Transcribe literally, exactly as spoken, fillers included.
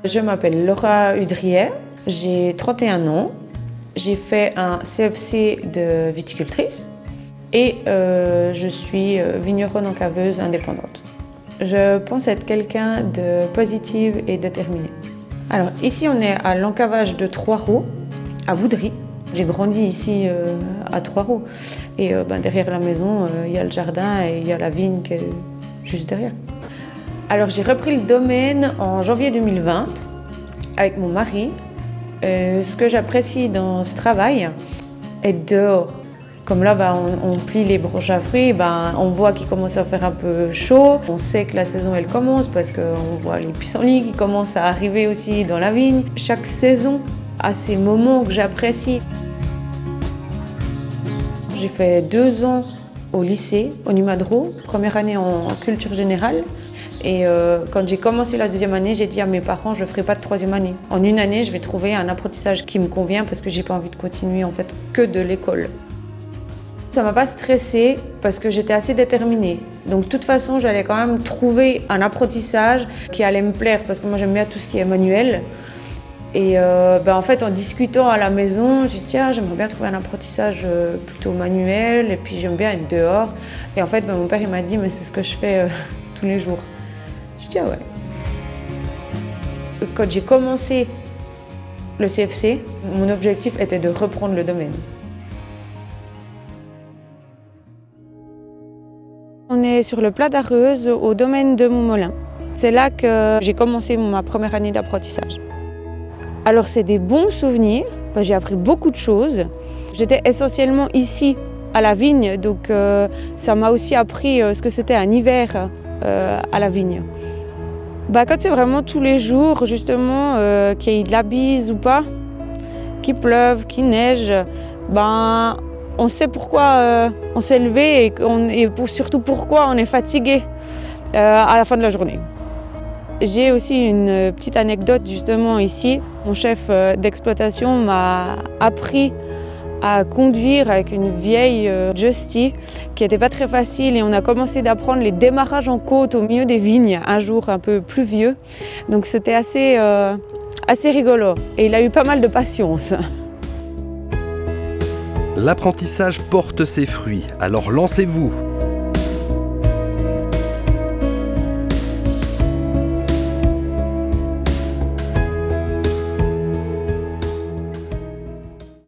Je m'appelle Laura Udrier, j'ai trente et un ans. J'ai fait un C F C de viticultrice et euh, je suis vigneronne encaveuse indépendante. Je pense être quelqu'un de positif et déterminé. Alors ici on est à l'encavage de Trois-Roues, à Boudry. J'ai grandi ici euh, à Trois-Roues et euh, ben, derrière la maison il euh, y a le jardin et il y a la vigne qui est juste derrière. Alors j'ai repris le domaine en janvier deux mille vingt avec mon mari. Euh, ce que j'apprécie dans ce travail est dehors. Comme là, bah, on, on plie les broches à fruits, bah, on voit qu'il commence à faire un peu chaud. On sait que la saison elle commence parce qu'on voit les pissenlits qui commencent à arriver aussi dans la vigne. Chaque saison a ses moments que j'apprécie. J'ai fait deux ans au lycée, au Numadro, première année en, en culture générale. Et euh, quand j'ai commencé la deuxième année, j'ai dit à mes parents, je ne ferai pas de troisième année. En une année, je vais trouver un apprentissage qui me convient parce que j'ai pas envie de continuer en fait que de l'école. Ça m'a pas stressée parce que j'étais assez déterminée. Donc de toute façon, j'allais quand même trouver un apprentissage qui allait me plaire parce que moi j'aime bien tout ce qui est manuel. Et euh, ben, en fait, en discutant à la maison, j'ai dit tiens, j'aimerais bien trouver un apprentissage euh, plutôt manuel et puis j'aime bien être dehors. Et en fait, ben, mon père il m'a dit mais c'est ce que je fais euh, tous les jours. J'ai dit ah ouais. Quand j'ai commencé le C F C, mon objectif était de reprendre le domaine. On est sur le Plat d'Arreuse, au domaine de Montmolin. C'est là que j'ai commencé ma première année d'apprentissage. Alors c'est des bons souvenirs, j'ai appris beaucoup de choses. J'étais essentiellement ici à la vigne, donc euh, ça m'a aussi appris euh, ce que c'était un hiver euh, à la vigne. Bah, quand c'est vraiment tous les jours, justement, euh, qu'il y ait de la bise ou pas, qu'il pleuve, qu'il neige, ben, on sait pourquoi euh, on s'est levé et, on, et pour, surtout pourquoi on est fatigué euh, à la fin de la journée. J'ai aussi une petite anecdote justement ici. Mon chef euh, d'exploitation m'a appris à conduire avec une vieille euh, Justy qui n'était pas très facile et on a commencé d'apprendre les démarrages en côte au milieu des vignes un jour un peu pluvieux. Donc c'était assez, euh, assez rigolo et il a eu pas mal de patience. L'apprentissage porte ses fruits, alors lancez-vous!